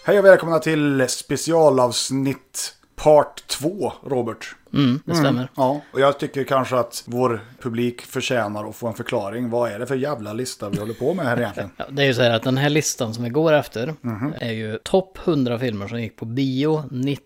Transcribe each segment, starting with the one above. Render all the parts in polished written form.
Hej och välkomna till specialavsnitt part 2, Robert. Det stämmer. Ja, och jag tycker kanske att vår publik förtjänar att få en förklaring. Vad är det för jävla lista vi håller på med här egentligen? Ja, det är ju så här att den här listan som vi går efter är ju topp 100 filmer som gick på bio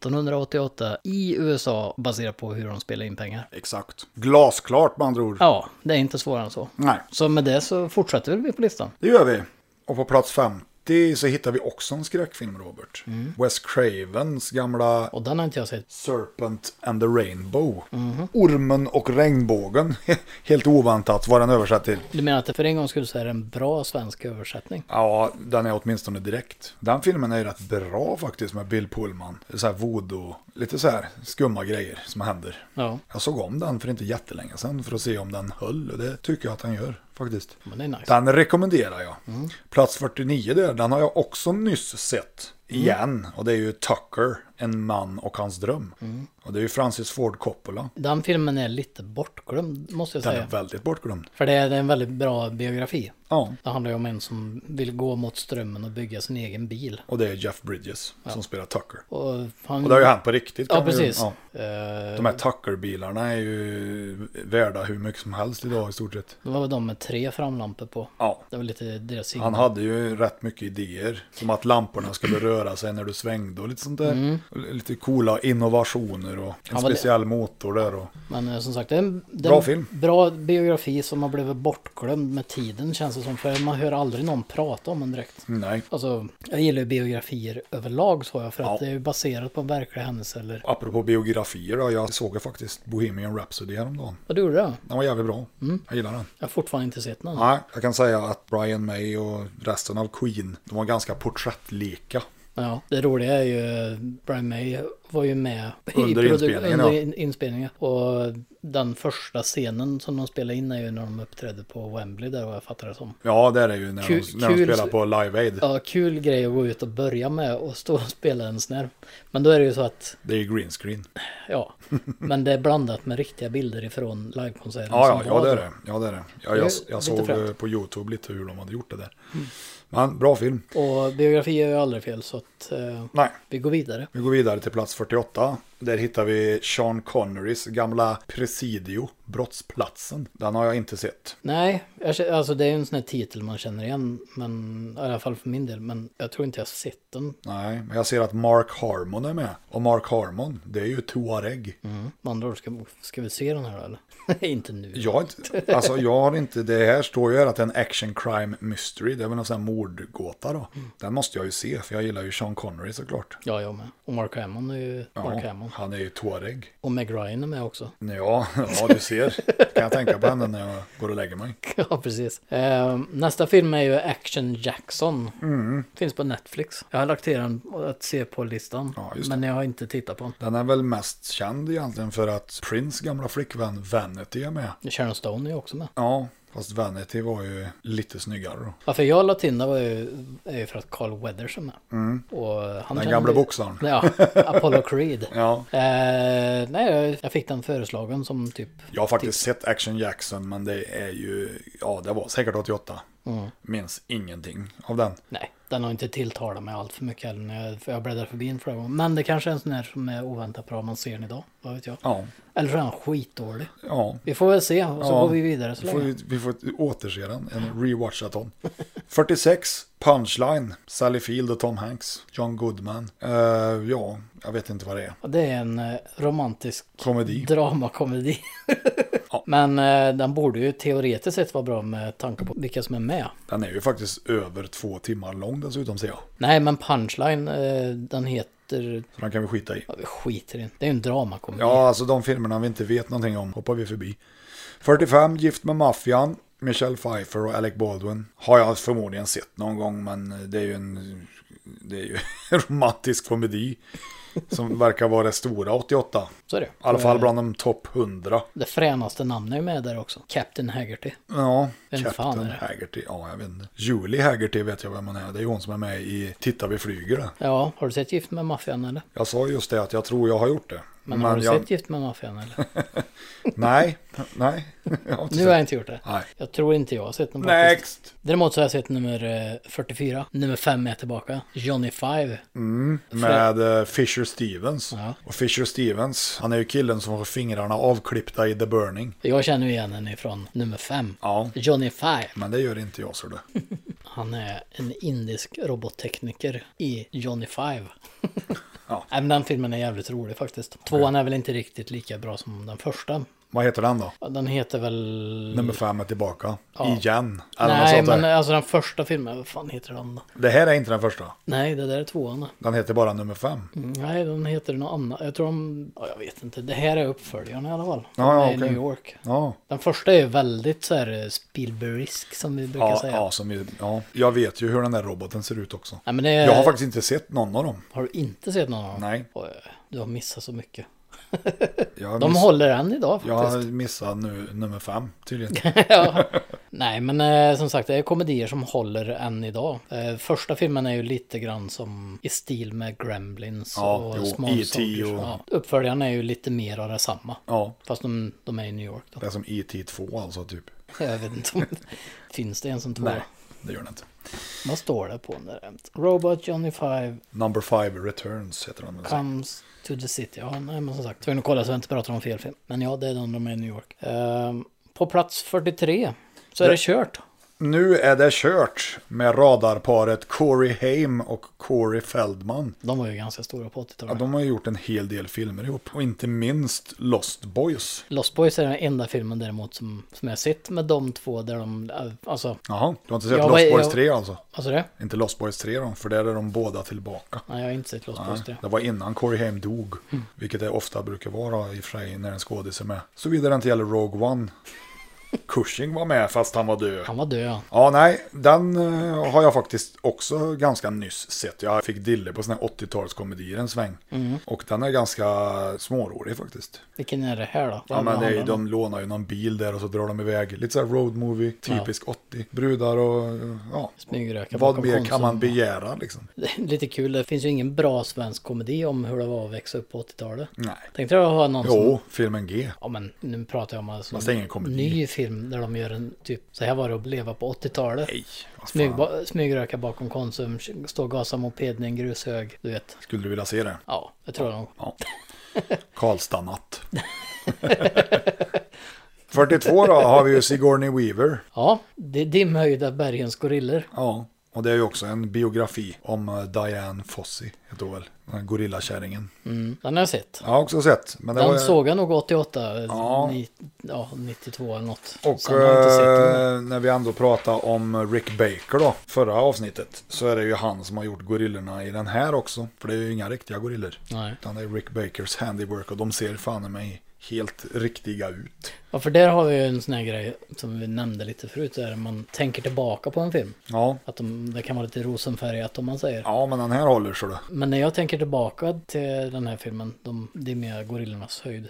1988 i USA baserat på hur de spelar in pengar. Exakt. Glasklart med andra ord. Ja, det är inte svårare än så. Nej. Så med det så fortsätter vi på listan. Det gör vi. Och på plats 50 så hittar vi också en skräckfilm, Robert. Wes Cravens gamla Och den har inte jag sett. Serpent and the Rainbow. Ormen och regnbågen. Helt oväntat vad den översatt till. Du menar att det för en gång skulle säga en bra svensk översättning? Ja, den är åtminstone direkt. Den filmen är ju rätt bra faktiskt med Bill Pullman. Det är så här voodoo, lite så här skumma grejer som händer. Ja, Jag såg om den för inte jättelänge sedan för att se om den höll. Och det tycker jag att den gör faktiskt. men det är nice. Den rekommenderar jag. Plats 49 där, den har jag också nyss sett igen. Och det är ju Tucker, en man och hans dröm. Och det är ju Francis Ford Coppola. Den filmen är lite bortglömd, måste jag Den säga. är väldigt bortglömd. För det är en väldigt bra biografi. Ja, Det handlar ju om en som vill gå mot strömmen och bygga sin egen bil. och det är Jeff Bridges som spelar Tucker. Och han... Och det har ju hänt på riktigt. Ja, kan vi ju- precis. Ja. De här Tucker-bilarna är ju värda hur mycket som helst idag i stort sett. Det var väl de med 3 framlampor på. Ja. Det var lite deras signal. Han hade ju rätt mycket idéer. Som att lamporna skulle röra sig när du svängde och lite sånt där. Och lite coola innovationer och en Han var speciell motor där. Och... Men som sagt, det är en Bra film. Bra biografi som har blivit bortglömd med tiden, känns det som. För man hör aldrig någon prata om den direkt. Nej. Alltså, jag gillar ju biografier överlag, så jag. För att Ja. det är ju baserat på en verklig händelse. Eller... Apropå biografier då, jag såg faktiskt Bohemian Rhapsody häromdagen. Vad du gjorde det? Den var jävligt bra. Jag gillar den. Jag har fortfarande inte sett den. Nej, jag kan säga att Brian May och resten av Queen, de var ganska porträttlika. Ja, det roliga är ju Brian May var ju med Under inspelningen, under inspelningen. Och den första scenen som de spelade in är ju när de uppträdde på Wembley där, vad jag fattar det som. Ja, det är det ju när de spelar på Live Aid. Ja, kul grej att gå ut och börja med och stå och spela en snärv. Men då är det ju så att, Det är ju green screen. ja, men det är blandat med riktiga bilder ifrån livekonserten. Ja, som ja, var det är då. det. Ja, det är det. Ja, Det är jag lite såg fränt. på YouTube lite hur de hade gjort det där. Men bra film. Och biografi är ju aldrig fel, så att Nej, vi går vidare. vi går vidare till plats 48. Där hittar vi Sean Connerys gamla Presidio, Brottsplatsen. Den har jag inte sett. Nej, alltså det är ju en sån här titel man känner igen, men i alla fall för min del, men jag tror inte jag har sett den. Nej, men jag ser att Mark Harmon är med. Och Mark Harmon, det är ju Tuareg. Med andra ord, ska vi se den här då, eller? Inte nu. Jag har inte, det här står ju här att det är en action crime mystery. Det är väl någon sån här mordgåta då. Den måste jag ju se, för jag gillar ju Sean Connery såklart. Ja, jag med. Och Mark Hamill är ju Mark Hamill. Han är ju Tuareg. Och Meg Ryan är med också. Ja, du ser. Kan jag tänka på henne när jag går och lägger mig. Ja, precis. Nästa film är ju Action Jackson. Finns på Netflix. Jag har lagt till den att se på listan. Ja, just det. Men jag har inte tittat på den. Den är väl mest känd egentligen för att Prince gamla flickvän Vanity är med. Sharon Stone är ju också med. Ja, fast Vanity var ju lite snyggare då. Varför jag la till den är ju för att Carl Weathers är med. Och han Den gamla boxaren. Ja, Apollo Creed. Ja, Nej, jag fick den föreslagen som typ... jag har faktiskt sett Action Jackson, men det är ju, ja det var säkert 88. Minns ingenting av den. Nej, den har inte tilltalat mig allt för mycket heller för jag bläddrar förbi en flera gånger. Men det kanske är en sån här som är oväntat bra man ser den idag. Vad vet jag. Ja, Eller så är den skitdålig. ja. Vi får väl se och så går vi vidare så länge. Vi får återse den, en rewatchathon. 46, Punchline, Sally Field och Tom Hanks, John Goodman. Ja, jag vet inte vad det är. Det är en romantisk Komedi. dramakomedi. Ja. Men den borde ju teoretiskt sett vara bra med tanke på vilka som är med. Den är ju faktiskt över 2 timmar lång dessutom, ser jag. Nej, men Punchline, den heter... Så den kan vi skita i. Ja, vi skiter i den. Det är ju en dramakomedi. Ja, alltså de filmerna vi inte vet någonting om hoppar vi förbi. 45, Gift med maffian, Michelle Pfeiffer och Alec Baldwin. Har jag förmodligen sett någon gång, men det är ju en romantisk komedi som verkar vara det stora 88. Så är det. I alla fall bland de topp 100. Det fränaste namnet är med där också. Captain Haggerty. Ja, Vem fan Captain är det? Haggerty. Ja, jag vet inte. Julie Haggerty vet jag vem man är. Det är ju hon som är med i Titta vi flyger. Ja, har du sett Gift med maffian eller? Jag sa just det att jag tror jag har gjort det. Men har du sett Gift med maffian eller? Nej. Jag har inte Nu sett. har jag inte gjort det. Nej. Jag tror inte jag har sett den faktiskt. Next! Däremot så har jag sett nummer 44. Nummer 5 är tillbaka. Johnny Five. Med Fisher Stevens. Ja. Och Fisher Stevens, han är ju killen som får fingrarna avklippta i The Burning. Jag känner ju igen henne ifrån nummer 5. Ja, Johnny Five. men det gör inte jag, så det. Han är en indisk robottekniker i Johnny Five. Ja. Nej, men den filmen är jävligt rolig faktiskt. Tvåan är väl inte riktigt lika bra som den första. Vad heter den då? Ja, den heter väl... Nummer 5 är tillbaka. Ja. Igen. Eller något Nej, sånt där. men alltså den första filmen, vad fan heter den då? Det här är inte den första. Nej, det där är tvåan. Den heter bara nummer 5. Nej, den heter något annat. Jag tror jag vet inte. Det här är uppföljaren i alla fall. Ja, Den är i okej. New York. Ja. Den första är väldigt så här Spielbergisk som vi brukar säga. Ja, jag vet ju hur den där roboten ser ut också. Nej, men det är... Jag har faktiskt inte sett någon av dem. Har du inte sett någon av dem? Nej. Oj, du har missat så mycket. Jag Håller än idag Jag faktiskt. har missat nu nummer 5 tydligen. Ja. Nej, men som sagt, det är komedier som håller än idag. Första filmen är ju lite grann som i stil med Gremlins och Small E.T. Soldiers. och... Ja. Uppföljaren är ju lite mer av detsamma. Ja, Fast de är i New York då. det är som E.T. 2 alltså typ. Jag vet inte om finns det en som tvåa. Nej, det gör det inte. Vad står det på den där? Robot Johnny Five Number 5 Returns heter den. comes to the city. Ja, nej, men som sagt, tvungen att kolla så jag inte pratar om fel film. Men ja, det är de är i New York. På plats 43 så är det kört. Nu är det kört med radarparet Corey Haim och Corey Feldman. De var ju ganska stora på 80-talet. Ja, de har ju gjort en hel del filmer ihop. Och inte minst Lost Boys. Lost Boys är den enda filmen däremot som jag har sett med de två där de, alltså... Jaha, du har inte sett Ja, Lost Boys 3 alltså? Alltså det? Inte Lost Boys 3 då, för där är de båda tillbaka. Nej, jag har inte sett Lost Boys 3. Det var innan Corey Haim dog. Vilket det ofta brukar vara i och för sig när en skådis är med. Såvida det inte gäller Rogue One. Cushing var med fast han var död. Han var död, ja. Ja, nej, den har jag faktiskt också ganska nyss sett. Jag fick dille på såna här 80-talskomedier en sväng. Och den är ganska smårolig faktiskt. Vilken är det här då? Ja, men det är, de lånar ju någon bil där och så drar de iväg. Lite så här road movie, typisk 80. Brudar och ja. Smygröka Vad bakom mer Konsum. kan man begära liksom? Det är lite kul, det finns ju ingen bra svensk komedi om hur det var att växa upp på 80-talet. Nej. Tänkte jag ha någon som... Jo, filmen G. Ja, men nu pratar jag om alltså Fast det är ingen komedi. ny film där de gör en typ, så här var det att leva på 80-talet. Nej, vad fan. Smygröka bakom Konsum, stå och gasa mopeden i en grushög, du vet. Skulle du vilja se det? Ja, det tror jag nog. Ja. Karlstad-natt. 42 då har vi ju Sigourney Weaver. Ja, det är dimhöjda bergens gorillor. Ja, och det är ju också en biografi om Diane Fossey, heter hon väl. Den här gorillakärringen. Den har jag sett. Jag har också sett. Men det Den var... såg jag nog 88, Ja. 92 eller något. Och Sen har jag inte sett den. när vi ändå pratar om Rick Baker då, förra avsnittet, så är det ju han som har gjort gorillorna i den här också. För det är ju inga riktiga gorillor. Nej. Utan det är Rick Bakers handiwork och de ser fan i mig helt riktiga ut. Ja, för där har vi ju en sån här grej som vi nämnde lite förut, där man tänker tillbaka på en film. Ja. Att det kan vara lite rosenfärgat om man säger. Ja, men den här håller så det. Men när jag tänker tillbaka till den här filmen, de dimmiga gorillornas höjd.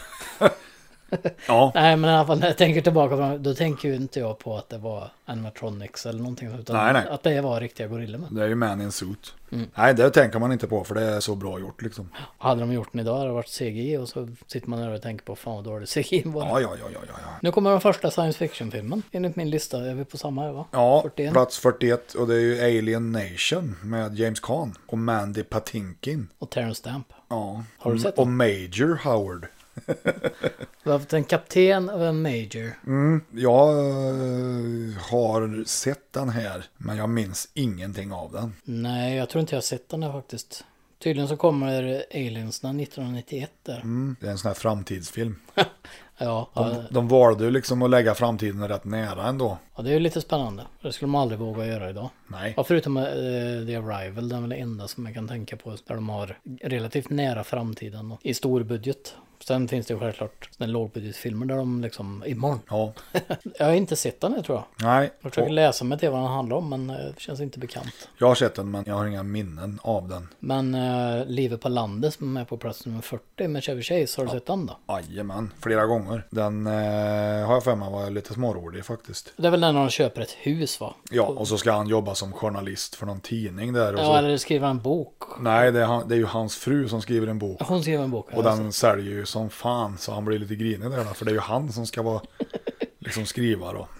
Ja. Nej, men i alla fall när jag tänker tillbaka på den, då tänker ju inte jag på att det var animatronics eller någonting, utan Nej. att det var riktiga gorillor med. Det är ju man in suit. Nej, det tänker man inte på för det är så bra gjort liksom. Hade de gjort den idag hade det varit CGI och så sitter man där och tänker på fan vad dålig CGI var. Ja. Nu kommer den första science fiction-filmen enligt min lista. Är vi på samma här va? Ja, 41. plats 41 och det är ju Alien Nation med James Caan och Mandy Patinkin. Och Terrence Stamp. Ja. Har du sett och den? Major Howard. Vi har haft en kapten och en major. Jag har sett den här, men jag minns ingenting av den. Nej, jag tror inte jag har sett den här faktiskt. Tydligen så kommer Aliensna 1991 där. Det är en sån här framtidsfilm. Ja, De valde ju liksom att lägga framtiden rätt nära ändå. ja, det är ju lite spännande. Det skulle man aldrig våga göra idag. Nej. Ja, förutom The Arrival, det är väl det enda som jag kan tänka på där de har relativt nära framtiden och i stor budget. Sen finns det ju självklart lågbudgetfilmer där de liksom imorgon. Ja. Jag har inte sett den, tror jag. Nej. Jag försöker läsa mig till vad den handlar om, men det känns inte bekant. Jag har sett den, men jag har inga minnen av den. Men Livet på landet som är på plats nummer 40 med Chevy Chase, har du sett den då? Jajamän, flera gånger. Den har jag för mig var lite smårolig faktiskt. Det är väl när de köper ett hus, va? Ja, och så ska han jobba som journalist för någon tidning där. Och Ja, så... eller skriva en bok. Nej, det är ju hans fru som skriver en bok. Hon skriver en bok. Och den säljer ju som fan, så han blir lite grinig där då, för det är ju han som ska vara liksom skriva då.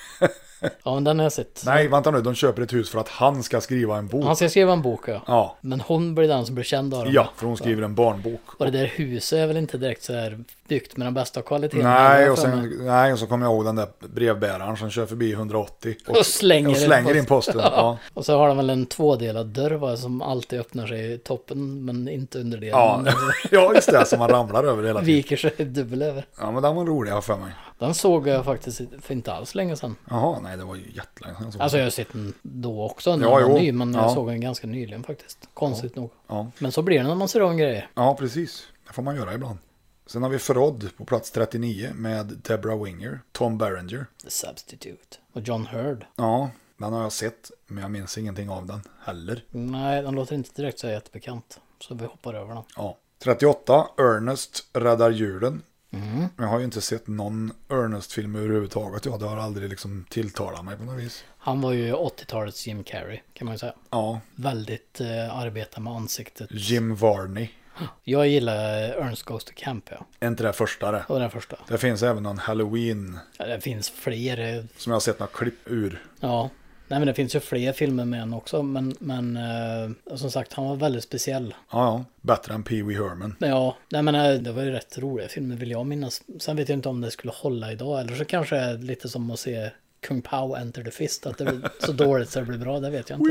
Ja, men den har jag sett. Nej, vänta nu, de köper ett hus för att han ska skriva en bok. Han ska skriva en bok, ja. Ja. Men hon blir den som blir känd av dem. Ja, för hon skriver en barnbok. Och det där huset är väl inte direkt så här byggt med den bästa kvaliteten. Nej, och så kommer jag ihåg den där brevbäraren som kör förbi 180 och slänger in posten. Ja. Och så har de väl en tvådelad dörr, va, som alltid öppnar sig i toppen men inte underdelen. Ja. Ja, just det, som man ramlar över hela tiden. Viker sig dubbel över. Ja, men den var rolig, jag för mig. Den såg jag faktiskt för inte alls länge sedan. Jaha, nej, det var ju jättelänge sedan. Alltså jag har sett den då också, när ja, den var jo. ny, men jag såg den ganska nyligen faktiskt. Konstigt nog. Ja. Men så blir det när man ser om grejer. Ja, precis. Det får man göra ibland. Sen har vi Förrådd på plats 39 med Deborah Winger, Tom Berenger. The Substitute. Och John Hurd. Ja, den har jag sett, men jag minns ingenting av den heller. Nej, den låter inte direkt så jättebekant. Så vi hoppar över den. Ja. 38, Ernest räddar julen. Jag har ju inte sett någon Ernest-film överhuvudtaget. Ja, det har aldrig liksom tilltalat mig på något vis. Han var ju 80-talets Jim Carrey, kan man ju säga. Ja. Väldigt arbeta med ansiktet. Jim Varney. Jag gillar Ernest Goes to Camp, ja. Är inte det första det? Och den första. Det finns även någon Halloween. Ja, det finns fler. Som jag har sett några klipp ur. Ja. Nej, men det finns ju fler filmer med en också. Men som sagt, han var väldigt speciell. Ja. Bättre än Pee Wee Herman. Ja, nej men det var ju rätt roliga filmer, vill jag minnas. Sen vet jag inte om det skulle hålla idag. Eller så kanske det är lite som att se Kung Pao Enter the Fist. Att det blir så dåligt så det blir bra, det vet jag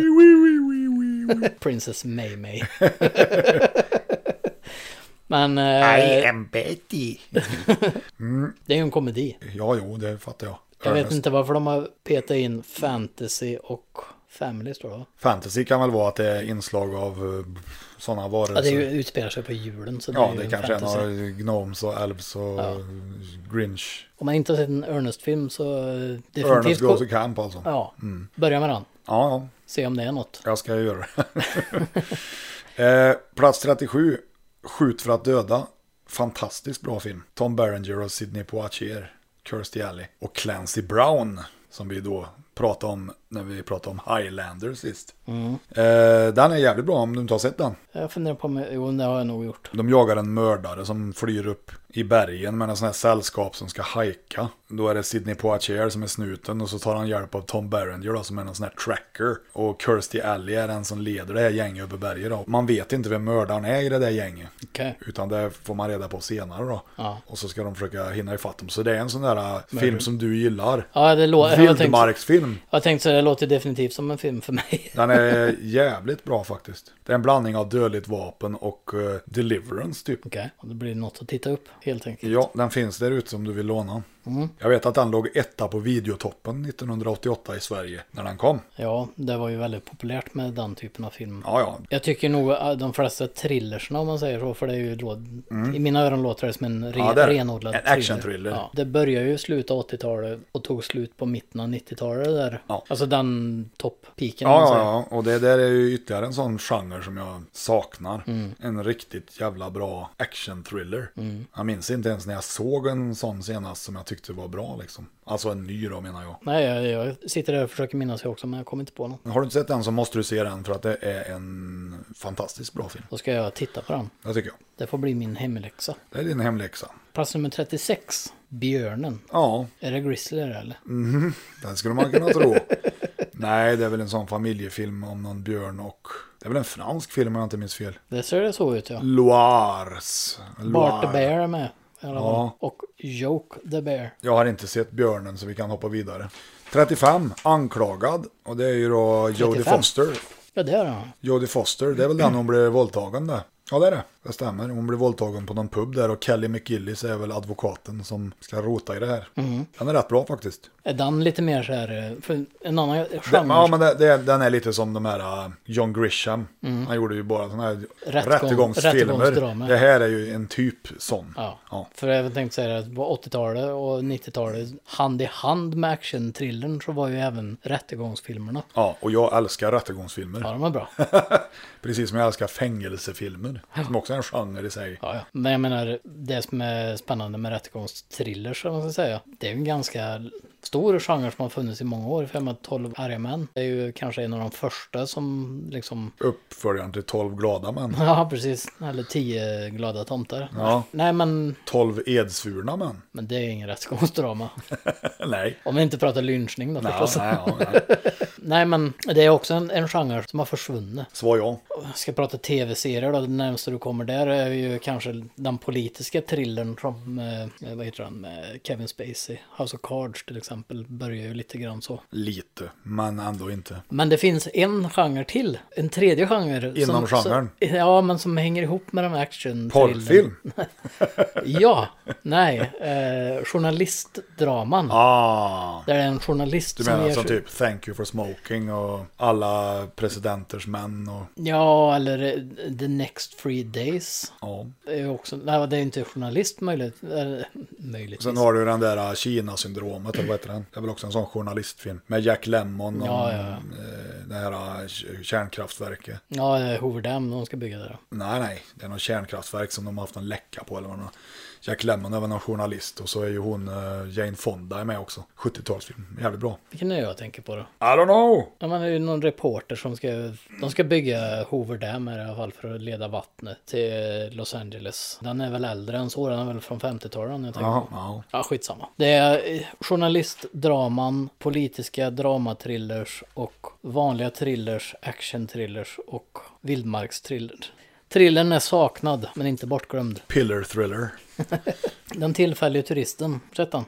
inte. Princess May May. Men... I am Betty. Det är ju en komedi. Ja, jo, det fattar jag. Jag vet inte varför de har petat in fantasy och family, står det. Fantasy kan väl vara att det är inslag av sådana varelser. Ja, det är ju, utspelar sig på julen. Så ja, det, det är kanske fantasy. är några gnomes och elves och Grinch. Om man inte har sett en Ernest-film så definitivt... Ernest Goes to Camp alltså. Ja, börja med den. Ja. Se om det är något. Jag ska göra det. Plats 37. Skjut för att döda. Fantastiskt bra film. Tom Berenger och Sidney Poitier. Kirstie Alley. Och Clancy Brown. Som vi då pratade om när vi pratade om Highlander sist. Den är jävligt bra om du inte har sett den. Jag funderar på mig, jo det har jag nog gjort. De jagar en mördare som flyr upp i bergen med en sån här sällskap som ska hajka. Då är det Sidney Poitier som är snuten och så tar han hjälp av Tom Berenger då, som är en sån här tracker. Och Kirstie Alley är den som leder det här gänget uppe i berget då. Man vet inte vem mördaren är i det där gänget. Okay. Utan det får man reda på senare då. Ja. Och så ska de försöka hinna ifatt dem. Så det är en sån där film som du gillar. Ja, det låter... Vildmarksfilm. Jag tänkte så det låter definitivt som en film för mig. Den är jävligt bra faktiskt. Det är en blandning av Dödligt vapen och Deliverance typ. Okej, och det blir något att titta upp helt enkelt. Ja, den finns där ute om du vill låna. Jag vet att den låg etta på videotoppen 1988 i Sverige när den kom. Ja, det var ju väldigt populärt med den typen av film. Ja. Jag tycker nog de flesta thrillersna, om man säger så, för det är ju då, i mina öron låter det som en renodlad action-thriller. Ja, det började ju sluta 80-talet och tog slut på mitten av 90-talet där. Ja. Alltså den topppiken. Ja, och det där är ju ytterligare en sån genre som jag saknar. En riktigt jävla bra action-thriller. Jag minns inte ens när jag såg en sån senast som jag tyckte var bra liksom. Alltså en ny då menar jag. Nej, jag sitter där och försöker minnas jag också, men jag kommer inte på någon. Har du inte sett den så måste du se den för att det är en fantastiskt bra film. Då ska jag titta på den. Det tycker jag. Det får bli min hemläxa. Det är din hemläxa. Plats nummer 36. Björnen. Ja. Är det Grizzly eller? Den skulle man kunna tro. Nej, det är väl en sån familjefilm om någon björn och... Det är väl en fransk film om jag inte minns fel. Det ser det så ut, ja. Loires. Bart the Bear är med. Ja. Och Joke the Bear. Jag har inte sett björnen så vi kan hoppa vidare. 35, anklagad. Och det är ju då Jodie Foster. Ja, det är det. Jodie Foster, det är väl den hon blev våldtagen där. Ja, det är det. det stämmer. Hon blir våldtagen på någon pub där och Kelly McGillis är väl advokaten som ska rota i det här. Den är rätt bra faktiskt. Är den lite mer så här, för en annan genre? Ja, men den är lite som de här John Grisham. Han gjorde ju bara sådana här rättegångsfilmer. Det här är ju en typ sån. Ja. För jag tänkte säga att på 80-talet och 90-talet hand i hand med action-thrillern så var ju även rättegångsfilmerna. Ja, och jag älskar rättegångsfilmer. Ja, de är bra. Precis som jag älskar fängelsefilmer. Som också är en genre i sig. Ja. Men jag menar, det som är spännande med rättegångsthrillers, så man ska säga, det är ju en ganska stor genre som har funnits i många år. För med 12 arga män. Det är ju kanske en av de första som liksom... Uppföljaren till 12 glada män. Ja, precis. Eller 10 glada tomtar. Ja. Nej, men... 12 edsvurna män. Men det är ingen rättegångsdrama. Nej. Om vi inte pratar lynchning då förstås. Nej. Nej, men det är också en genre som har försvunnit. Så jag. Ska jag prata tv-serier då, det närmaste du kommer där är ju kanske den politiska thrillern som, vad heter den, med Kevin Spacey. House of Cards till exempel, börjar ju lite grann så. Lite, men ändå inte. Men det finns en genre till, en tredje genre. Inom genren? Ja, men som hänger ihop med de action. Porrfilm? Ja, nej, journalistdraman. Där är en journalist du menar som typ Thank You for Smoking och Alla presidenters män och... Ja, eller The Next 3 Days. Ja. Det är också, nej, det är inte journalist möjligtvis. Sen har du den där Kina-syndromet, eller vad heter den? Det är väl också en sån journalistfilm. Med Jack Lemmon och det här kärnkraftverket. Ja, Hoover Dam, de ska bygga där. Nej, det är någon kärnkraftverk som de har haft en läcka på eller vad. Jack Lemmon är väl någon journalist och så är ju hon Jane Fonda är med också. 70-talsfilm, jävligt bra. Vilken är jag tänker på då? I don't know! Ja, man är ju någon reporter som ska bygga Hoover Dam i alla fall för att leda vattnet till Los Angeles. Den är väl äldre än så, den är väl från 50-talet. Ja, skitsamma. Det är journalistdraman, politiska dramatrillers och vanliga thrillers, action-thrillers och vildmarkstrillers. Thrillern är saknad, men inte bortglömd. Pillar thriller. Den tillfälliga turisten, sett den?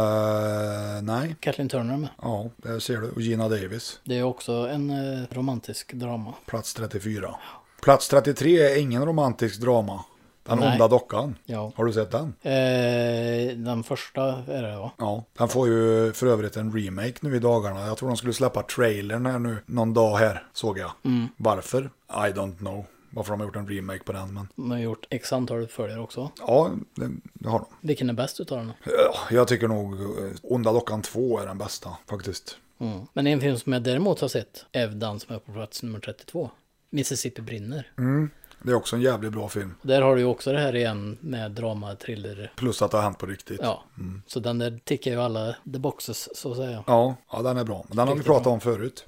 Nej. Kathleen Turner med. Ja, det ser du. Och Gina Davis. Det är också en romantisk drama. Plats 34. Plats 33 är ingen romantisk drama. Den onda dockan. Ja. Har du sett den? Den första är det, va? Ja, den får ju för övrigt en remake nu i dagarna. Jag tror de skulle släppa trailern här nu någon dag här, såg jag. Varför? I don't know. Varför de har gjort en remake på den. Men... De har gjort x antal följare också. Ja, det har de. Vilken är bäst utav dem? Jag tycker nog Onda dockan 2 är den bästa, faktiskt. Men en film som jag däremot har sett är den som är på plats nummer 32. Mississippi brinner. Det är också en jävligt bra film. Där har du ju också det här igen med drama, thriller. Plus att det har hänt på riktigt. Ja, så den där tickar ju alla the boxes, så att säga. Ja, den är bra. Men den har vi pratat om förut.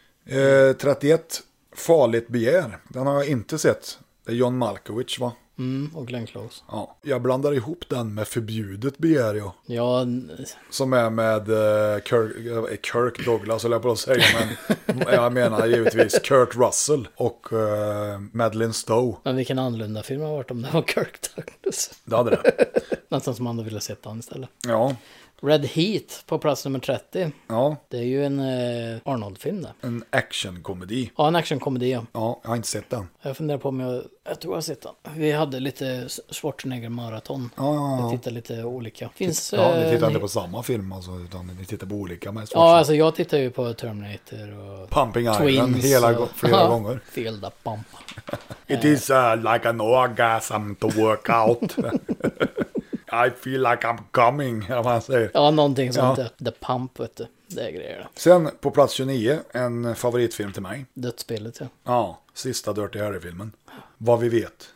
31, Farligt begär. Den har jag inte sett. Det är John Malkovich, va? Och Glenn Close. Ja, jag blandar ihop den med Förbjudet begär jag. Ja. Som är med Kirk Douglas, eller jag på att säga, men jag menar givetvis Kurt Russell och Madeleine Stowe. Men vilken annorlunda film har varit om det var Kirk Douglas? Det hade det. Nästan som man hade velat sett han istället. Ja. Red Heat på plats nummer 30. Ja. Det är ju en Arnold-film där. En actionkomedi. Ja, en actionkomedi, ja. Ja, jag har inte sett den. Jag funderar på om jag tror jag har sett den. Vi hade lite Schwarzenegger-maraton. Ja. Vi tittade lite olika. Finns, ni tittar inte på samma film alltså, utan ni tittar på olika med ja, alltså jag tittar ju på Terminator och Pumping Twins Iron flera gånger. Feel the pump. It is like an orgasm to work out. I feel like I'm coming, eller vad man säger. Ja, någonting sånt där. The Pump, vet du. Det är grejer det. Sen på plats 29, en favoritfilm till mig. Dödsspelet, ja. Ja, sista Dirty Harry-filmen. Vad vi vet.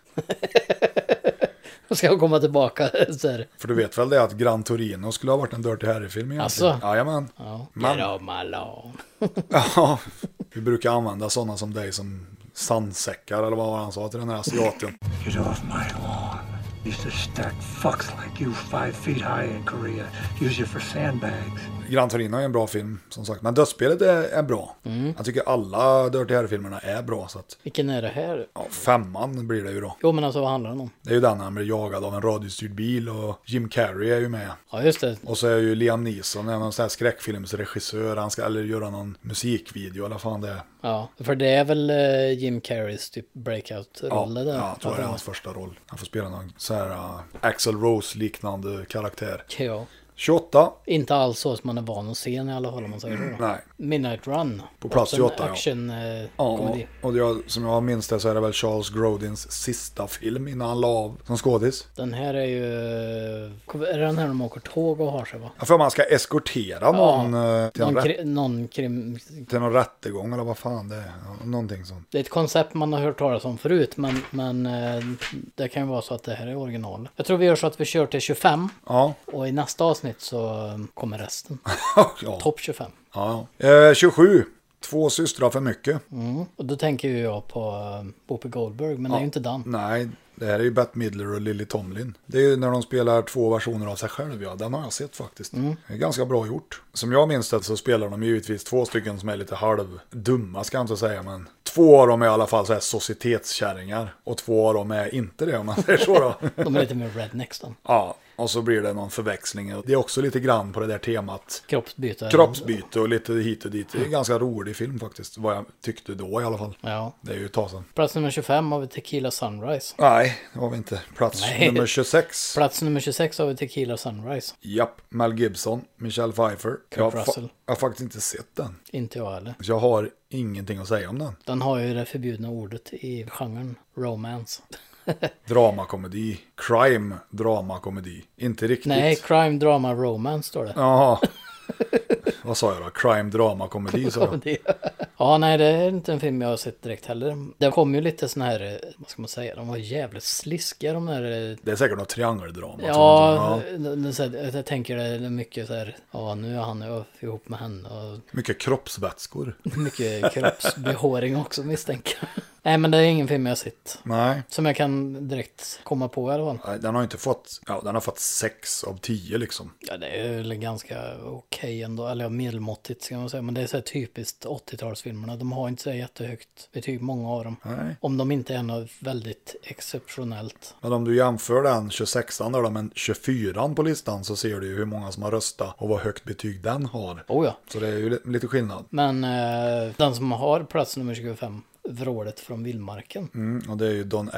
Ska jag komma tillbaka så här. För du vet väl det att Gran Torino skulle ha varit en Dirty Harry-film egentligen? Alltså? Jajamän. Ja. Men... Get off my lawn. Ja, vi brukar använda sådana som dig som sandsäckar, eller vad han sa till den här asiaten. Get off my lawn. Used to stack fucks like you 5 feet high in Korea. Use you for sandbags. Gran Torino är en bra film, som sagt. Men dödsspelet är bra. Jag tycker alla Dirty Harry-filmerna är bra. Så att, Vilken är det här? ja, 5:an blir det ju då. Jo, men alltså vad handlar den om? Det är ju den när han blir jagad av en radiostyrd bil och Jim Carrey är ju med. Ja, just det. Och så är ju Liam Neeson en sån här skräckfilmsregissör. Han ska eller göra någon musikvideo eller fan det är. Ja, för det är väl Jim Carreys typ breakout-roll där. Ja, jag tror det är hans första roll. Han får spela någon så här Axl Rose-liknande karaktär. Ja. 28. Inte alls så som man är van att se i alla fall om man säger så. Nej. Midnight Run. På plats 28, ja. Action Ja, komedi. och som jag minns det så är det väl Charles Grodins sista film innan han la av som skådis. Den här är ju... Är det den här de åker tåg och har sig va? Jag får man ska eskortera någon, till någon rättegång eller vad fan det är. Ja, någonting sånt. Det är ett koncept man har hört talas om förut, men det kan ju vara så att det här är original. Jag tror vi gör så att vi kör till 25 Ja. och i nästa avsnitt så kommer resten. Ja. Topp 25. Ja. 27. 2 systrar för mycket. Och då tänker ju jag på Whoopi Goldberg, men det är ju inte den. Nej, det här är ju Bette Midler och Lily Tomlin. Det är ju när de spelar 2 versioner av sig själv, ja. Den har jag sett faktiskt. Det är ganska bra gjort. Som jag minns det så spelar de givetvis 2 stycken som är lite halvdumma, ska jag inte säga, men 2 av dem är i alla fall så här societetskärringar. Och 2 av dem är inte det, om man säger så då. De är lite mer rednecks då. Ja, och så blir det någon förväxling. Det är också lite grann på det där temat. Kroppsbyte Och lite hit och dit. Det är en ganska rolig film faktiskt, vad jag tyckte då i alla fall. Ja. Det är ju ett tag sedan. Plats nummer 25 har vi Tequila Sunrise. Nej, det har vi inte. Plats nummer 26. Plats nummer 26 har vi Tequila Sunrise. Japp, Mel Gibson, Michelle Pfeiffer. Jag Russell. har faktiskt inte sett den. Inte jag heller. Jag har ingenting att säga om den. Den har ju det förbjudna ordet i genren romance. Dramakomedi. Crime dramakomedi. Inte riktigt. Nej, crime, drama, romance står det. Jaha. Vad sa jag då? Crime dramakomedi sa jag. Ja, nej, det är inte en film jag har sett direkt heller. Det kom ju lite sån här, vad ska man säga, de var jävligt sliskiga de där. Det är säkert något triangeldrama. Ja, jag tänker det är mycket så här, ja nu är han ihop med henne. Och mycket kroppsvätskor. mycket kroppsbehåring också misstänker jag. Nej, men det är ingen film jag har sett. Nej. Som jag kan direkt komma på i alla fall. Nej, den har inte fått, den har fått 6 av 10 liksom. Ja, det är väl ganska okej ändå, eller medelmåttigt ska man säga. Men det är så här typiskt 80-talsfilmerna. De har inte så jättehögt betyg, många av dem. Nej. Om de inte är något väldigt exceptionellt. Men om du jämför den 26an där med 24an på listan så ser du ju hur många som har röstat och vad högt betyg den har. Oh ja. Så det är ju lite skillnad. Men den som har plats nummer 25, Vrålet från vildmarken. Och det är ju Don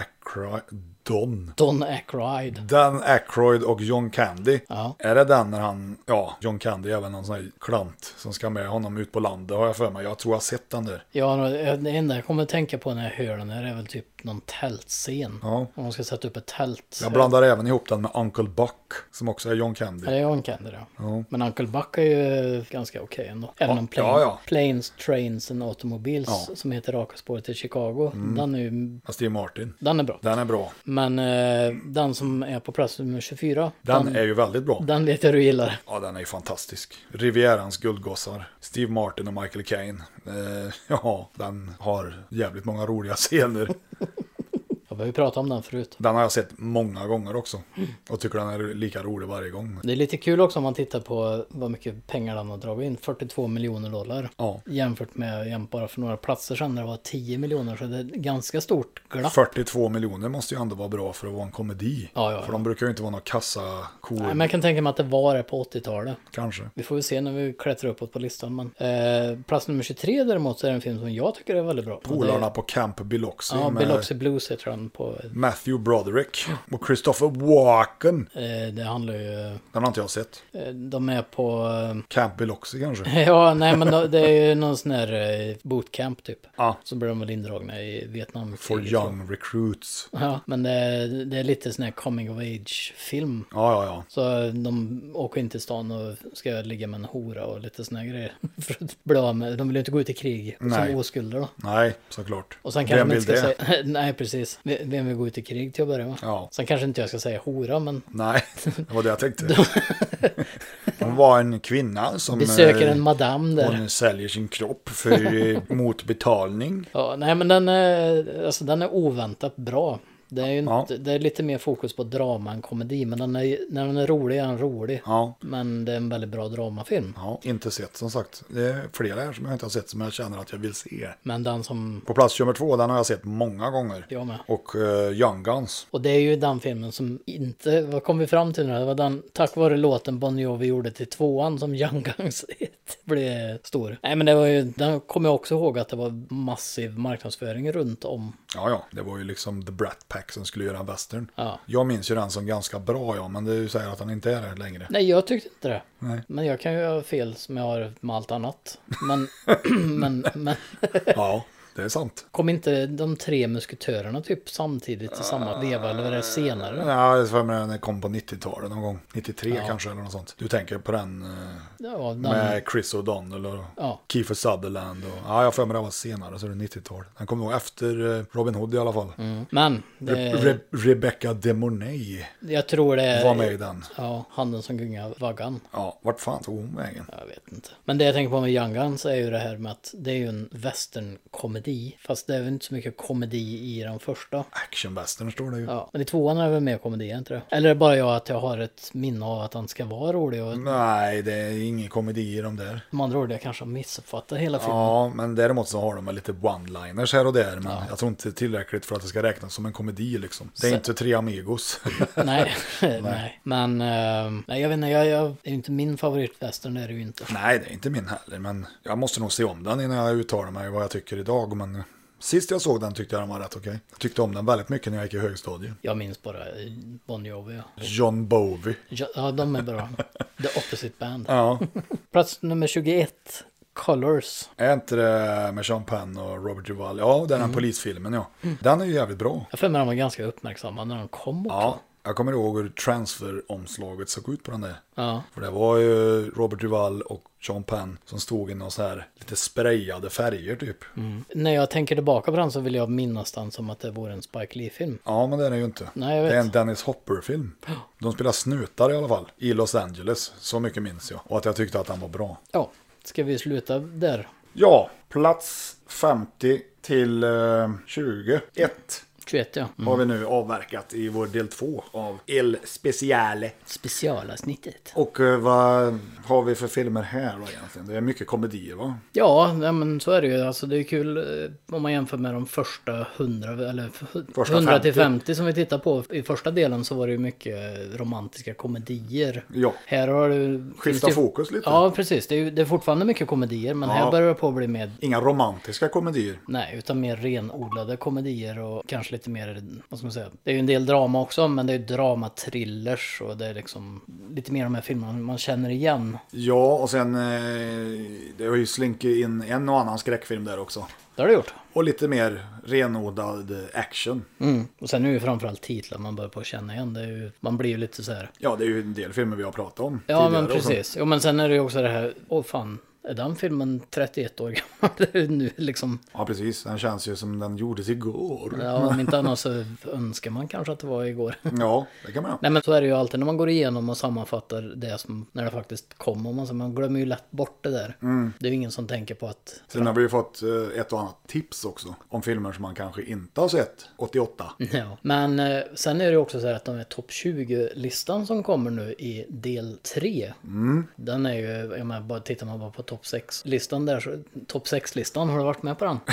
Aykroyd och John Candy. Ja. Är det den när han, John Candy är väl någon sån här klant som ska med honom ut på landet, har jag för mig. Jag tror jag har sett den där. Ja, det enda jag kommer att tänka på när jag hör den här är väl typ någon tältscen. Ja. Om man ska sätta upp ett tält. Jag blandar även ihop den med Uncle Buck som också är John Candy. Ja, det är John Candy då. Ja. Men Uncle Buck är ju ganska okej ändå. Även om Planes, Trains and Automobiles som heter Raka spåret till Chicago. Den är ju... Steve Martin. Den är bra. Den är bra. Men den som är på plats nummer 24. Den är ju väldigt bra. Den vet jag du gillar. Ja, den är ju fantastisk. Rivierans guldgossar. Steve Martin och Michael Caine. Den har jävligt många roliga scener. Jag har ju pratat om den förut. Den har jag sett många gånger också. Och tycker den är lika rolig varje gång. Det är lite kul också om man tittar på vad mycket pengar den har dragit in. $42 miljoner. Ja. Jämfört med bara för några platser sedan där det var 10 miljoner. Så det är ett ganska stort glapp. 42 miljoner måste ju ändå vara bra för att vara en komedi. Ja. För de brukar ju inte vara några kassakor. Nej, men jag kan tänka mig att det var det på 80-talet. Kanske. Vi får väl se när vi klättrar uppåt på listan. Men, plats nummer 23 däremot så är det en film som jag tycker är väldigt bra. Polarna på Camp Biloxi. Ja, Biloxi Blues heter den på... Matthew Broderick och Christopher Walken. Det handlar ju... Den har inte jag sett. De är på... Camp Biloxi kanske? Ja, nej men det är ju någon sån här bootcamp typ. Ja. Så blir de väl indragna i Vietnam. For young recruits. Ja, men det är lite sån här coming of age-film. Ja. Så de åker in till stan och ska ligga med en hora och lite såna här grejer. För att bli av med. De vill ju inte gå ut i krig som oskulder då. Nej, såklart. Och sen kanske man inte ska säga... Nej, precis. Vem vill gå ut i krig till att börja med? Ja. Sen kanske inte jag ska säga hora, men... Nej, det var det jag tänkte. Hon var en kvinna som... besöker en madam där. Hon säljer sin kropp för motbetalning. Ja, nej men den är oväntat bra. Det är ju inte, det är lite mer fokus på drama än komedi. Men när den är rolig är den rolig. Ja. Men det är en väldigt bra dramafilm. Ja, inte sett som sagt. Det är flera här som jag inte har sett som jag känner att jag vill se. Men den som... På plats nummer 2, den har jag sett många gånger. Jag med. Och Young Guns. Och det är ju den filmen som inte... Vad kom vi fram till nu? Det var den, tack vare låten Bon Jovi gjorde till 2:an som Young Guns blev stor. Nej, men det var ju... Den kommer jag också ihåg att det var massiv marknadsföring runt om. Ja, det var ju liksom The Brat Pack som skulle göra en western. Ja. Jag minns ju den som ganska bra, ja, men det säger att han inte är det längre. Nej, jag tyckte inte det. Nej. Men jag kan ju ha fel som jag har med allt annat. Men... men Ja, det är sant. kom inte de 3 musketörerna typ samtidigt i samma veva eller var det senare? Ja, det var med den kom på 90-talet någon gång. 93 kanske eller något sånt. Du tänker på den, Ja, den... med Chris O'Donnell och Kiefer Sutherland. Och, ja, jag får med det var senare, så det är 90-tal. Den kom nog efter Robin Hood i alla fall. Men Rebecca De Mornay jag tror det är... var med i den. Ja, handen som gungar vaggan. Ja, vart fan tog hon vägen? Jag vet inte. Men det jag tänker på med Young Guns är ju det här med att det är ju en westernkomedi. Fast det är väl inte så mycket komedi i den första. Action-western står det ju. Ja, men i 2:an är det väl mer komedi, inte det? Eller är det bara jag att jag har ett minne av att han ska vara rolig och... Nej, det är ingen komedi i de där. De andra ord jag kanske har missuppfattat hela filmen. Ja, men däremot så har de lite one-liners här och där. Men jag tror inte det är tillräckligt för att det ska räknas som en komedi liksom. Det är inte 3 Amigos. nej. Men nej, jag vet inte, jag är ju inte min favoritwestern, det är det ju inte. Nej, det är inte min heller. Men jag måste nog se om den innan jag uttalar mig vad jag tycker idag. Men sist jag såg den tyckte jag den var rätt okej. Jag tyckte om den väldigt mycket när jag gick i högstadiet. Jag minns bara Bon Jovi. Ja. John Bowie. Ja, de är bra. The Opposite Band. Ja. Plats nummer 21. Colors. Är inte det med Sean Penn och Robert Duvall? Ja, den här polisfilmen, ja. Den är ju jävligt bra. Jag för mig den var ganska uppmärksamma när den kom också. Ja, jag kommer ihåg hur transfer-omslaget såg ut på den där. Ja. För det var ju Robert Duvall och Sean Penn som stod i någon så här lite sprayade färger typ. När jag tänker tillbaka på den så vill jag minnas den som att det vore en Spike Lee-film. Ja, men det är det ju inte. Nej, jag vet. Det är en Dennis Hopper-film. De spelar snutar i alla fall, i Los Angeles. Så mycket minns jag. Och att jag tyckte att den var bra. Ja, ska vi sluta där? Ja, plats 50 till 21. 21, ja. Har vi nu avverkat i vår del 2 av El Speciale. Specialavsnittet. Och vad har vi för filmer här då egentligen? Det är mycket komedier, va? Ja, men så är det ju. Alltså, det är kul om man jämför med de första 100 eller Första 100 till 50 som vi tittar på. I första delen så var det ju mycket romantiska komedier. Ja. Här har du... Skifta fokus lite. Ja, precis. Det är fortfarande mycket komedier, men här börjar det på att bli med... Inga romantiska komedier. Nej, utan mer renodlade komedier och kanske lite mer, vad ska man säga, det är ju en del drama också, men det är drama-thrillers och det är liksom lite mer de här filmerna man känner igen. Ja, och sen det har ju slinkit in en och annan skräckfilm där också. Det har det gjort. Och lite mer renodlad action. Och sen är det ju framförallt titlar man börjar på att känna igen. Det är ju, man blir ju lite så här. Ja, det är ju en del filmer vi har pratat om. Ja, men precis. Jo, men sen är det ju också det här, fan. Är den filmen 31 år gammal nu liksom? Ja, precis. Den känns ju som den gjordes igår. Ja, om inte annars så önskar man kanske att det var igår. Ja, det kan man. Nej, men så är det ju alltid när man går igenom och sammanfattar det som när det faktiskt kommer. Man glömmer ju lätt bort det där. Det är ju ingen som tänker på att... Sen har vi ju fått ett och annat tips också om filmer som man kanske inte har sett 88. Ja, men sen är det ju också så här att de här topp 20-listan som kommer nu i del 3. Den är ju, jag menar, bara tittar man bara på topp 6-listan där, så topp 6-listan, har du varit med på den?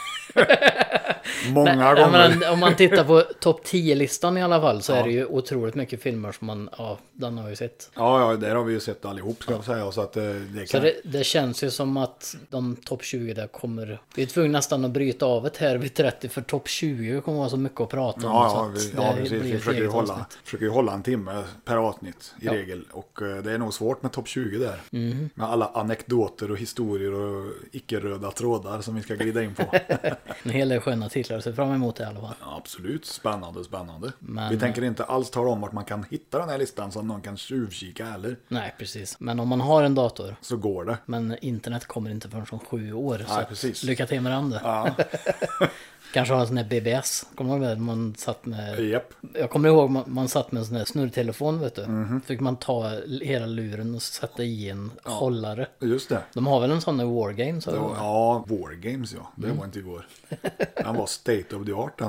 Många gånger. Men om man tittar på topp 10-listan i alla fall så är det ju otroligt mycket filmer som man, den har ju sett. Ja, där har vi ju sett allihop, ska jag säga. Så att det kan... Så det känns ju som att de topp 20 där kommer, vi är tvungna nästan att bryta av ett här vid 30, för topp 20 kommer vara så mycket att prata om. Ja, precis. Vi försöker ju hålla en timme per avsnitt i regel. Och det är nog svårt med topp 20 där. Med alla anekdoter och historier och icke-röda trådar som vi ska glida in på. En hel del sköna titlar att se fram emot i alla fall. Ja, absolut, spännande. Men... vi tänker inte alls tala om vart man kan hitta den här listan så någon kan tjuvkika heller. Nej, precis. Men om man har en dator så går det. Men internet kommer inte förrän som 7 år. Nej, så precis. Lycka till med den. Ja. Kanske ha en sån här BBS. Kommer du ihåg det? Man satt med... Yep. Jag kommer ihåg man satt med en sån här snurrtelefon, vet du. Fick man ta hela luren och sätta i en hållare. Just det. De har väl en sån här Wargames? Ja, Wargames, ja. Det var inte igår. Den var state of the art ändå.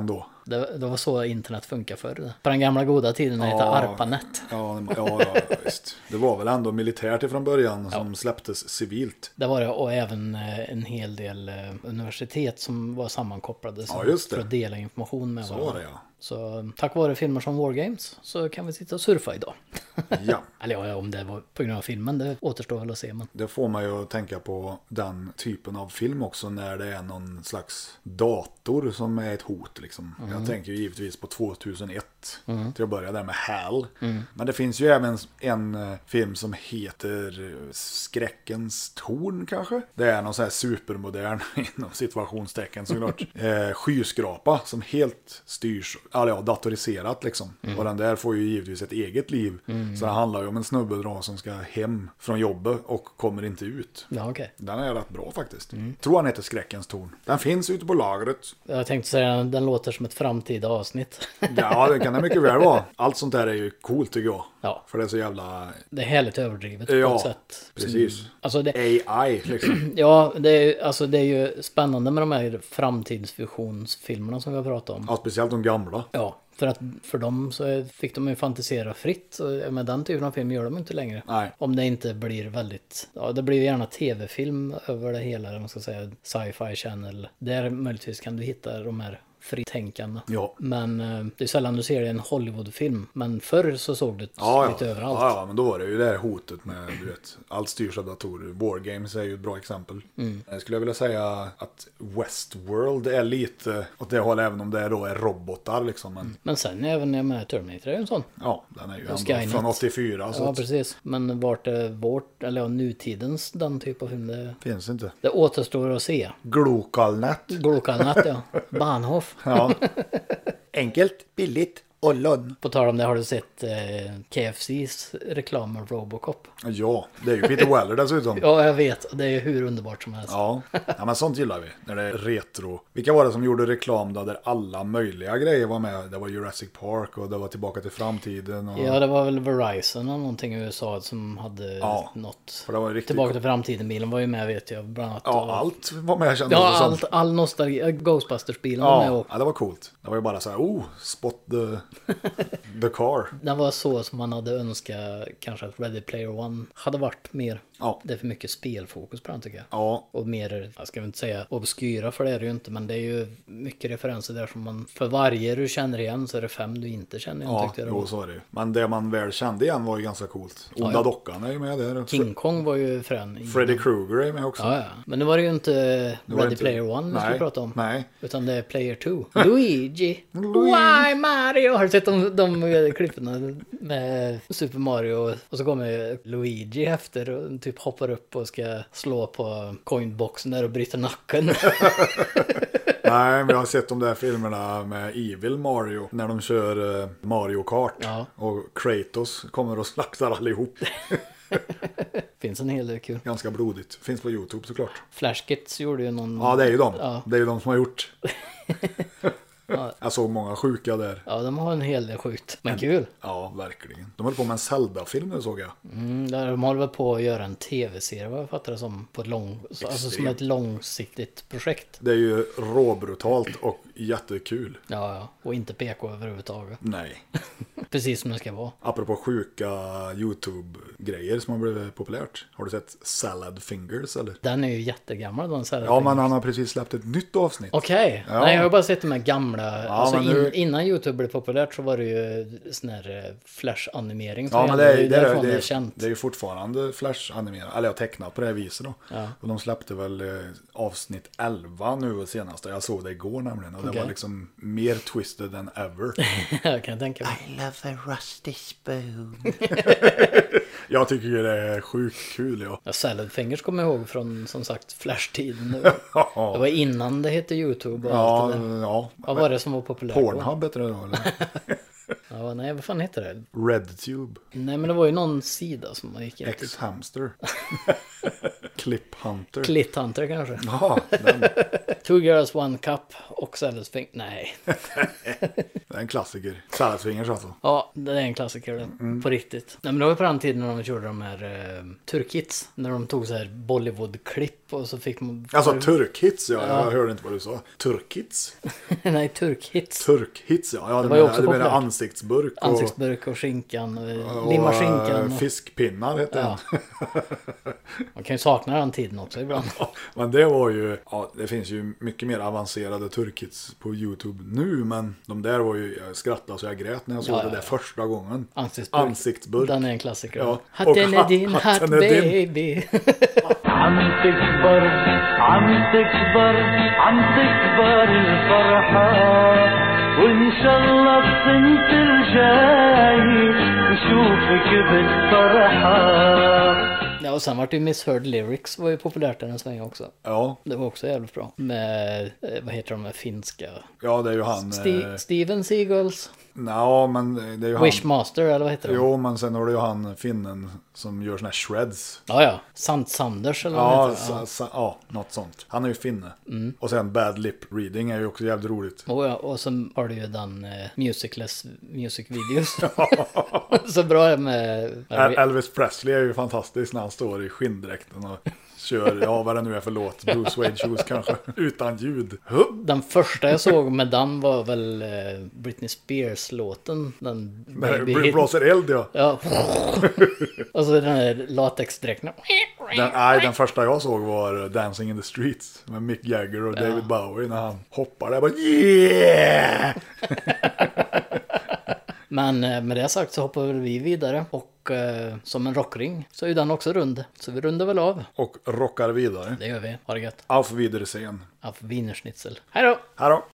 Det var så internet funkar förr. På den gamla goda tiden när det hette ARPANET. Ja, visst. Det var väl ändå militärt från början som släpptes civilt. Det var det, och även en hel del universitet som var sammankopplade för att dela information med varandra. Så var det, ja. Så tack vare filmer som War Games så kan vi sitta och surfa idag. Ja. Eller ja, om det var på grund av filmen, det återstår väl att se. Men... Det får man ju att tänka på den typen av film också när det är någon slags dator som är ett hot liksom. Jag tänker ju givetvis på 2001 till att börja där med HAL. Men det finns ju även en film som heter Skräckens torn kanske. Det är någon sån här supermodern inom situationstecken såklart. Skyskrapa som helt styrs, datoriserat liksom. Och den där får ju givetvis ett eget liv. Så det handlar ju om en snubbe som ska hem från jobbet och kommer inte ut. Ja, okay. Den är rätt bra faktiskt. Tror han heter Skräckens torn. Den finns ute på lagret. Jag tänkte säga den låter som ett framtida avsnitt. Ja, det kan det mycket väl vara. Allt sånt där är ju coolt tycker jag. Ja. För det är så jävla... Det är härligt överdrivet på ett sätt. Precis. Alltså det... AI liksom. Ja, det är ju spännande med de här framtidsvisionsfilmerna som vi har pratat om. Ja, speciellt de gamla. Ja. För dem så fick de ju fantisera fritt. Och med den typen av film gör de inte längre. Nej. Om det inte blir väldigt... Ja, det blir gärna tv-film över det hela. Eller man ska säga Sci-Fi Channel. Där möjligtvis kan du hitta de här fritänkande. Ja. Men det är sällan du ser det i en Hollywoodfilm. Men förr så såg du lite överallt. Ja, men då var det ju det här hotet med, du vet, allt styrs av datorer. War Games är ju ett bra exempel. Jag skulle vilja säga att Westworld är lite åt det hållet, även om det då är robotar liksom. Men sen även med Terminator är ju en sån. Ja, den är ju ändå från 84. Så ja, precis. Men vart är nutidens den typ av film? Det finns inte. Det återstår att se. Glokalnet, ja. Bahnhof. Ja. Enkelt, billigt och lönn. På tal om det, har du sett KFCs reklam av Robocop? Ja, det är ju Peter Weller dessutom. Ja, jag vet. Det är ju hur underbart som helst. Ja, men sånt gillar vi. När det är retro. Vilka var det som gjorde reklam då där alla möjliga grejer var med? Det var Jurassic Park och det var Tillbaka till framtiden. Och... Ja, det var väl Verizon eller någonting i USA som hade något. För det var riktigt... Tillbaka till framtiden-bilen var ju med, vet jag. Bland annat. Ja, allt var med. Ja, all nostalgi. Ghostbusters-bilen var med också. Ja, det var coolt. Det var ju bara så här, spot the car. Den var så som man hade önskat kanske att Ready Player One hade varit mer. Ja. Det är för mycket spelfokus på den tycker jag. Ja. Och mer, jag ska inte säga obskyra, för det är det ju inte, men det är ju mycket referenser där som man, för varje du känner igen så är det 5 du inte känner igen, tyckte jag. Ja, så är det. Men det man väl kände igen var ju ganska coolt. Onda dockan är ju med där. King Kong var ju frän. Freddy Krueger är med också. Ja. Men nu var det ju inte Ready Player One vi skulle prata om. Nej. Utan det är Player 2. Luigi. Why Mario? Har du sett de klipporna med Super Mario? Och så kommer Luigi efter och typ hoppar upp och ska slå på coinboxen där och bryta nacken. Nej, men jag har sett de där filmerna med Evil Mario. När de kör Mario Kart. Ja. Och Kratos kommer och slaktar allihop. Finns en hel del kul. Ganska blodigt. Finns på YouTube såklart. Flash Kids gjorde ju någon... Ja, det är ju de. Ja. Det är ju de som har gjort. Ja. Jag såg många sjuka där. Ja, de har en hel del sjukt. Men kul. Ja, verkligen. De höll på med en Zelda-film nu, såg jag. Där de håller väl på att göra en tv-serie, vad jag fattar det som. På ett som ett långsiktigt projekt. Det är ju råbrutalt och jättekul. Ja. Och inte PK överhuvudtaget. Nej. Precis som det ska vara. Apropå sjuka YouTube-grejer som har blivit populärt. Har du sett Salad Fingers eller? Den är ju jättegammal, den Salad Ja, Fingers. men han har precis släppt ett nytt avsnitt. Okej. Ja. Nej, jag har bara sett de här gamla. Ja, alltså nu... innan YouTube blev populärt så var det ju sån här Flash-animering. Ja, men det är känt. Det är ju fortfarande Flash-animerat. Eller jag tecknat på det här viset då. Ja. Och de släppte väl avsnitt 11 nu senast. Jag såg det igår nämligen. Och det var liksom mer twisted than ever. Jag kan tänka mig. I love a rusty spoon. Jag tycker det är sjukt kul, ja. Ja, Salad Fingers kommer jag ihåg från, som sagt, Flash-tiden. Det var innan det hette YouTube och allt det där. Ja. Vad var det som var populärt Pornhub bättre då, eller? Ja, nej, vad fan heter det? RedTube. Nej, men det var ju någon sida som man gick in till. X-Hamster. Clip-Hunter. Clithunter kanske. Ja, den. 2 Girls 1 Cup och Salad Fingers. Nej. Det är en klassiker. Salladsfingers alltså. Ja, det är en klassiker det. På riktigt. Nej, men det var ju på den tiden när de gjorde de här turkhits. När de tog så här Bollywood-klipp och så fick man... Alltså turkhits, ja. Jag hörde inte vad du sa. Turkhits? Nej, turkhits. Turkhits, ja. Det var ju också det menar populärt. ansiktsburk. Och, Ansiktsburk och skinkan. Och limma skinkan. Och... Fiskpinnar heter Ja. Man kan ju sakna den tiden också ibland. Men det var ju, ja, det finns ju mycket mer avancerade turkhits på YouTube nu, men de där var ju, jag skrattade så jag grät när jag såg det där första gången. Ansiktsburk. Den är en klassiker. Ja. Hatten är din, hatt hatten är din. baby. عم تكبر عم تكبر الفرحة وإن شاء الله السنة الجاي نشوفك بالفرحة. Ja, och sen var det ju Misheard Lyrics var ju populärt den svängen också. Ja. Det var också jävligt bra. Med, vad heter de med finska? Ja, det är ju han. Steven Seagulls. Ja, men det är ju han. Wishmaster, eller vad heter de? Jo, men sen har du ju han finnen som gör såna här shreds. Ja. Sanders eller vad Ja, heter det? ja, något sånt. Han är ju finne. Och sen Bad Lip Reading är ju också jävligt roligt. Och så har du ju den Musicless Music Videos. Så bra med... Elvis Presley är ju fantastisk när han står i skinndräkten och kör, ja vad det nu är för låt, Blue Suede Shoes kanske, utan ljud. Den första jag såg med den var väl Britney Spears-låten. Den Blåser eld, ja. Ja. Och så den här latexdräkten. Den första jag såg var Dancing in the Streets med Mick Jagger och David Bowie när han hoppar där bara yeah! Men med det sagt så hoppar vi vidare och som en rockring så är den också rund. Så vi rundar väl av. Och rockar vidare. Det gör vi. Ha det gött. Auf Wiedersehen. Auf Wienerschnitzel. Hej då! Hej då!